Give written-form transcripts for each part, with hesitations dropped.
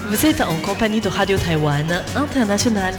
Vous êtes en compagnie de Radio Taïwan International.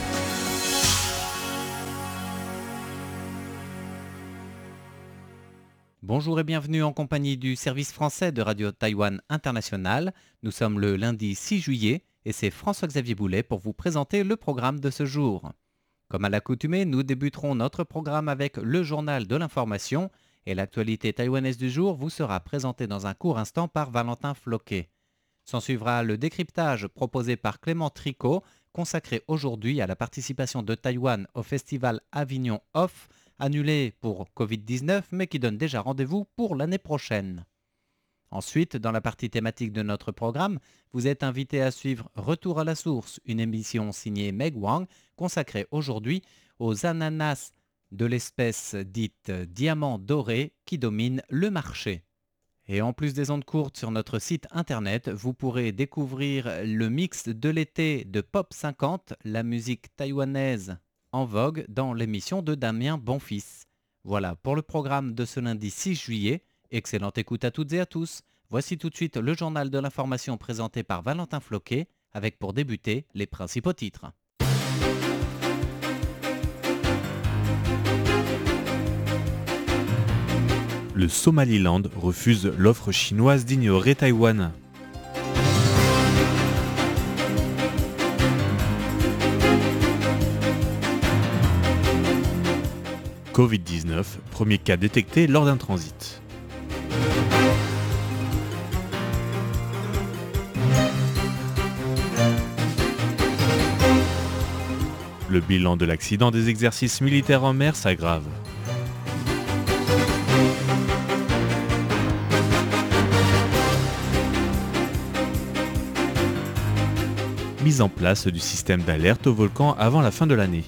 Bonjour et bienvenue en compagnie du service français de Radio Taïwan International. Nous sommes le lundi 6 juillet et c'est François-Xavier Boulet pour vous présenter le programme de ce jour. Comme à l'accoutumée, nous débuterons notre programme avec le journal de l'information et l'actualité taïwanaise du jour vous sera présentée dans un court instant par Valentin Floquet. S'en suivra le décryptage proposé par Clément Tricot, consacré aujourd'hui à la participation de Taïwan au festival Avignon Off, annulé pour Covid-19, mais qui donne déjà rendez-vous pour l'année prochaine. Ensuite, dans la partie thématique de notre programme, vous êtes invité à suivre Retour à la source, une émission signée Meg Wang, consacrée aujourd'hui aux ananas de l'espèce dite diamant doré qui domine le marché. Et en plus des ondes courtes sur notre site internet, vous pourrez découvrir le mix de l'été de Pop 50, la musique taïwanaise en vogue dans l'émission de Damien Bonfils. Voilà pour le programme de ce lundi 6 juillet. Excellente écoute à toutes et à tous. Voici tout de suite le journal de l'information présenté par Valentin Floquet, avec pour débuter les principaux titres. Le Somaliland refuse l'offre chinoise d'ignorer Taïwan. Covid-19, premier cas détecté lors d'un transit. Le bilan de l'accident des exercices militaires en mer s'aggrave. Mise en place du système d'alerte au volcan avant la fin de l'année.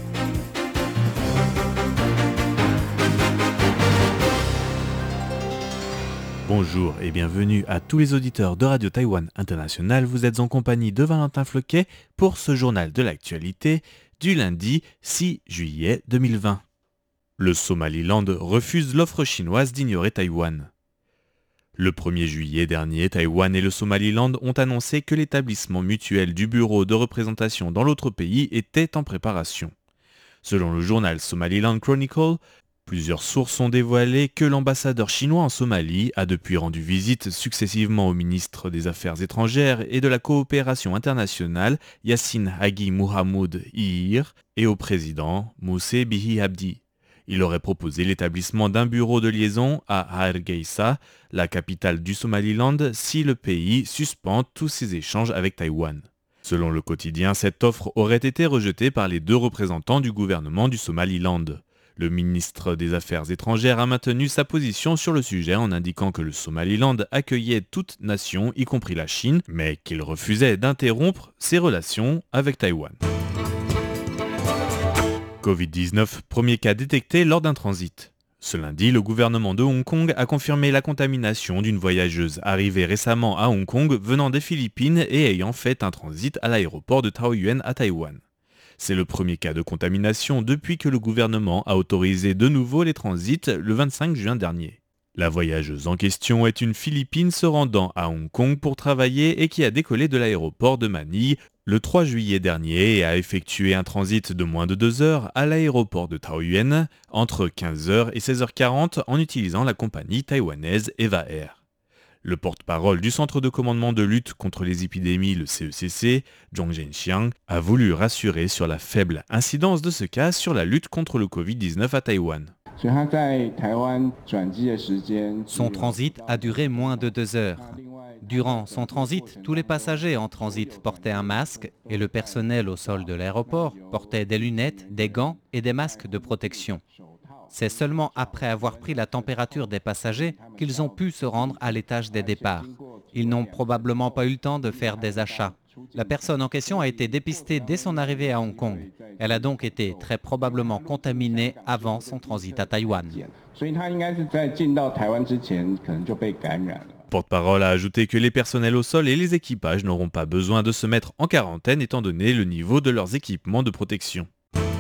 Bonjour et bienvenue à tous les auditeurs de Radio Taïwan International. Vous êtes en compagnie de Valentin Floquet pour ce journal de l'actualité du lundi 6 juillet 2020. Le Somaliland refuse l'offre chinoise d'ignorer Taïwan. Le 1er juillet dernier, Taïwan et le Somaliland ont annoncé que l'établissement mutuel du bureau de représentation dans l'autre pays était en préparation. Selon le journal Somaliland Chronicle, plusieurs sources ont dévoilé que l'ambassadeur chinois en Somalie a depuis rendu visite successivement au ministre des Affaires étrangères et de la coopération internationale Yassine Hagi Mohamed Ihir et au président Moussé Bihi Abdi. Il aurait proposé l'établissement d'un bureau de liaison à Hargeisa, la capitale du Somaliland, si le pays suspend tous ses échanges avec Taïwan. Selon le quotidien, cette offre aurait été rejetée par les deux représentants du gouvernement du Somaliland. Le ministre des Affaires étrangères a maintenu sa position sur le sujet en indiquant que le Somaliland accueillait toute nation, y compris la Chine, mais qu'il refusait d'interrompre ses relations avec Taïwan. Covid-19, premier cas détecté lors d'un transit. Ce lundi, le gouvernement de Hong Kong a confirmé la contamination d'une voyageuse arrivée récemment à Hong Kong venant des Philippines et ayant fait un transit à l'aéroport de Taoyuan à Taïwan. C'est le premier cas de contamination depuis que le gouvernement a autorisé de nouveau les transits le 25 juin dernier. La voyageuse en question est une Philippine se rendant à Hong Kong pour travailler et qui a décollé de l'aéroport de Manille le 3 juillet dernier et a effectué un transit de moins de 2 heures à l'aéroport de Taoyuan entre 15h et 16h40 en utilisant la compagnie taïwanaise Eva Air. Le porte-parole du Centre de commandement de lutte contre les épidémies, le CECC, Zhong Zhenxiang, a voulu rassurer sur la faible incidence de ce cas sur la lutte contre le Covid-19 à Taïwan. Son transit a duré moins de 2 heures. Durant son transit, tous les passagers en transit portaient un masque et le personnel au sol de l'aéroport portait des lunettes, des gants et des masques de protection. C'est seulement après avoir pris la température des passagers qu'ils ont pu se rendre à l'étage des départs. Ils n'ont probablement pas eu le temps de faire des achats. La personne en question a été dépistée dès son arrivée à Hong Kong. Elle a donc été très probablement contaminée avant son transit à Taïwan. Porte-parole a ajouté que les personnels au sol et les équipages n'auront pas besoin de se mettre en quarantaine étant donné le niveau de leurs équipements de protection.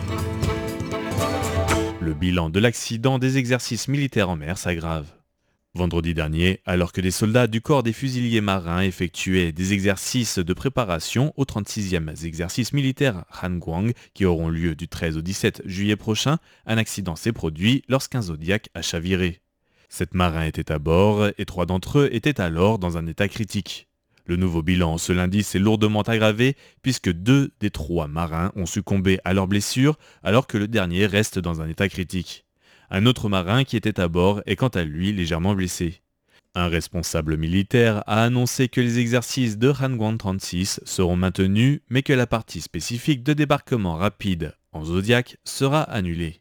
Le bilan de l'accident des exercices militaires en mer s'aggrave. Vendredi dernier, alors que des soldats du corps des fusiliers marins effectuaient des exercices de préparation au 36e exercice militaire Hangguang qui auront lieu du 13 au 17 juillet prochain, un accident s'est produit lorsqu'un Zodiac a chaviré. 7 marins étaient à bord et 3 d'entre eux étaient alors dans un état critique. Le nouveau bilan ce lundi s'est lourdement aggravé puisque 2 des 3 marins ont succombé à leurs blessures alors que le dernier reste dans un état critique. Un autre marin qui était à bord est quant à lui légèrement blessé. Un responsable militaire a annoncé que les exercices de Hangguang 36 seront maintenus, mais que la partie spécifique de débarquement rapide en Zodiac sera annulée.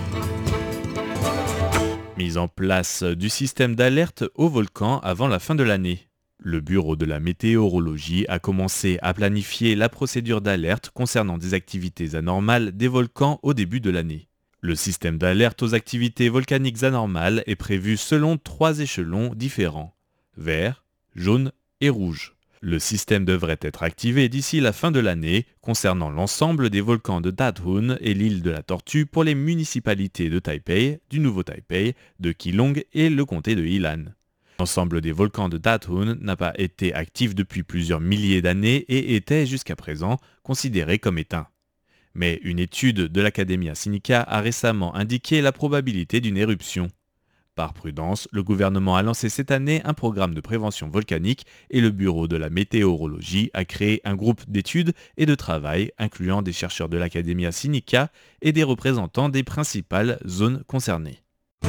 Mise en place du système d'alerte au volcan avant la fin de l'année. Le bureau de la météorologie a commencé à planifier la procédure d'alerte concernant des activités anormales des volcans au début de l'année. Le système d'alerte aux activités volcaniques anormales est prévu selon 3 échelons différents, vert, jaune et rouge. Le système devrait être activé d'ici la fin de l'année concernant l'ensemble des volcans de Datoun et l'île de la Tortue pour les municipalités de Taipei, du Nouveau Taipei, de Keelung et le comté de Yilan. L'ensemble des volcans de Datoun n'a pas été actif depuis plusieurs milliers d'années et était jusqu'à présent considéré comme éteint. Mais une étude de l'Academia Sinica a récemment indiqué la probabilité d'une éruption. Par prudence, le gouvernement a lancé cette année un programme de prévention volcanique et le bureau de la météorologie a créé un groupe d'études et de travail incluant des chercheurs de l'Academia Sinica et des représentants des principales zones concernées.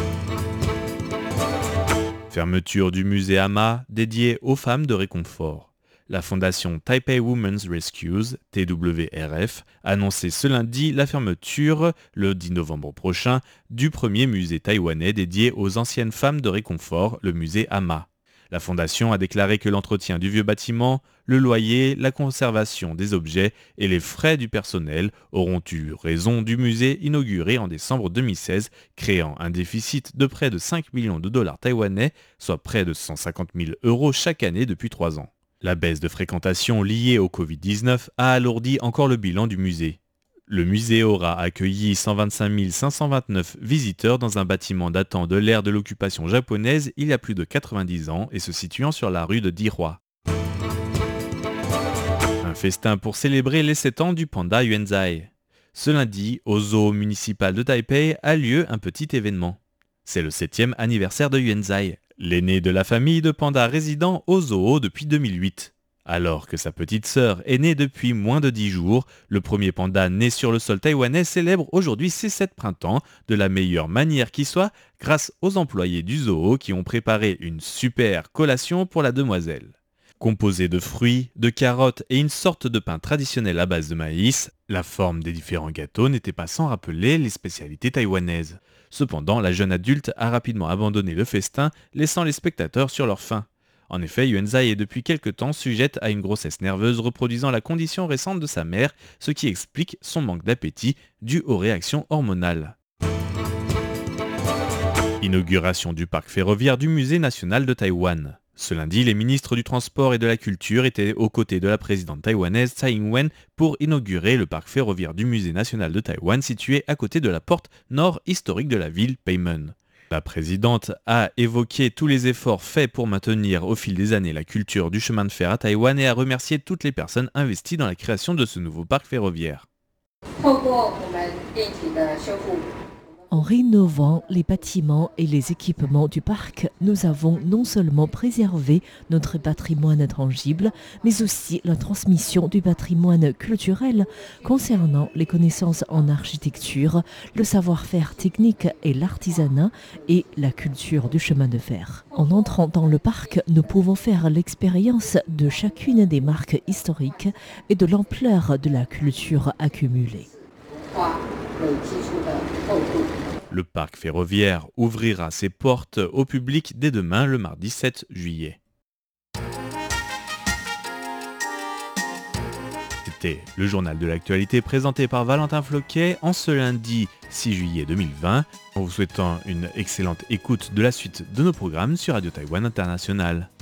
Fermeture du musée Hama dédié aux femmes de réconfort. La fondation Taipei Women's Rescues, TWRF, a annoncé ce lundi la fermeture, le 10 novembre prochain, du premier musée taïwanais dédié aux anciennes femmes de réconfort, le musée Hama. La fondation a déclaré que l'entretien du vieux bâtiment, le loyer, la conservation des objets et les frais du personnel auront eu raison du musée inauguré en décembre 2016, créant un déficit de près de 5 millions de dollars taïwanais, soit près de 150 000 € chaque année depuis 3 ans. La baisse de fréquentation liée au Covid-19 a alourdi encore le bilan du musée. Le musée aura accueilli 125 529 visiteurs dans un bâtiment datant de l'ère de l'occupation japonaise il y a plus de 90 ans et se situant sur la rue de Dihua. Un festin pour célébrer les 7 ans du panda Yuanzai. Ce lundi, au zoo municipal de Taipei a lieu un petit événement. C'est le 7e anniversaire de Yuanzai, l'aîné de la famille de pandas résidant au zoo depuis 2008. Alors que sa petite sœur est née depuis moins de 10 jours, le premier panda né sur le sol taïwanais célèbre aujourd'hui ses 7 printemps de la meilleure manière qui soit grâce aux employés du zoo qui ont préparé une super collation pour la demoiselle. Composée de fruits, de carottes et une sorte de pain traditionnel à base de maïs, la forme des différents gâteaux n'était pas sans rappeler les spécialités taïwanaises. Cependant, la jeune adulte a rapidement abandonné le festin, laissant les spectateurs sur leur faim. En effet, Yuanzai est depuis quelque temps sujette à une grossesse nerveuse reproduisant la condition récente de sa mère, ce qui explique son manque d'appétit dû aux réactions hormonales. Inauguration du parc ferroviaire du Musée national de Taïwan. Ce lundi, les ministres du Transport et de la Culture étaient aux côtés de la présidente taïwanaise Tsai Ing-wen pour inaugurer le parc ferroviaire du Musée national de Taïwan situé à côté de la porte nord historique de la ville, Peimen. La présidente a évoqué tous les efforts faits pour maintenir au fil des années la culture du chemin de fer à Taïwan et a remercié toutes les personnes investies dans la création de ce nouveau parc ferroviaire. En rénovant les bâtiments et les équipements du parc, nous avons non seulement préservé notre patrimoine intangible, mais aussi la transmission du patrimoine culturel concernant les connaissances en architecture, le savoir-faire technique et l'artisanat et la culture du chemin de fer. En entrant dans le parc, nous pouvons faire l'expérience de chacune des marques historiques et de l'ampleur de la culture accumulée. Le parc ferroviaire ouvrira ses portes au public dès demain, le mardi 7 juillet. C'était le journal de l'actualité présenté par Valentin Floquet en ce lundi 6 juillet 2020, en vous souhaitant une excellente écoute de la suite de nos programmes sur Radio Taïwan International.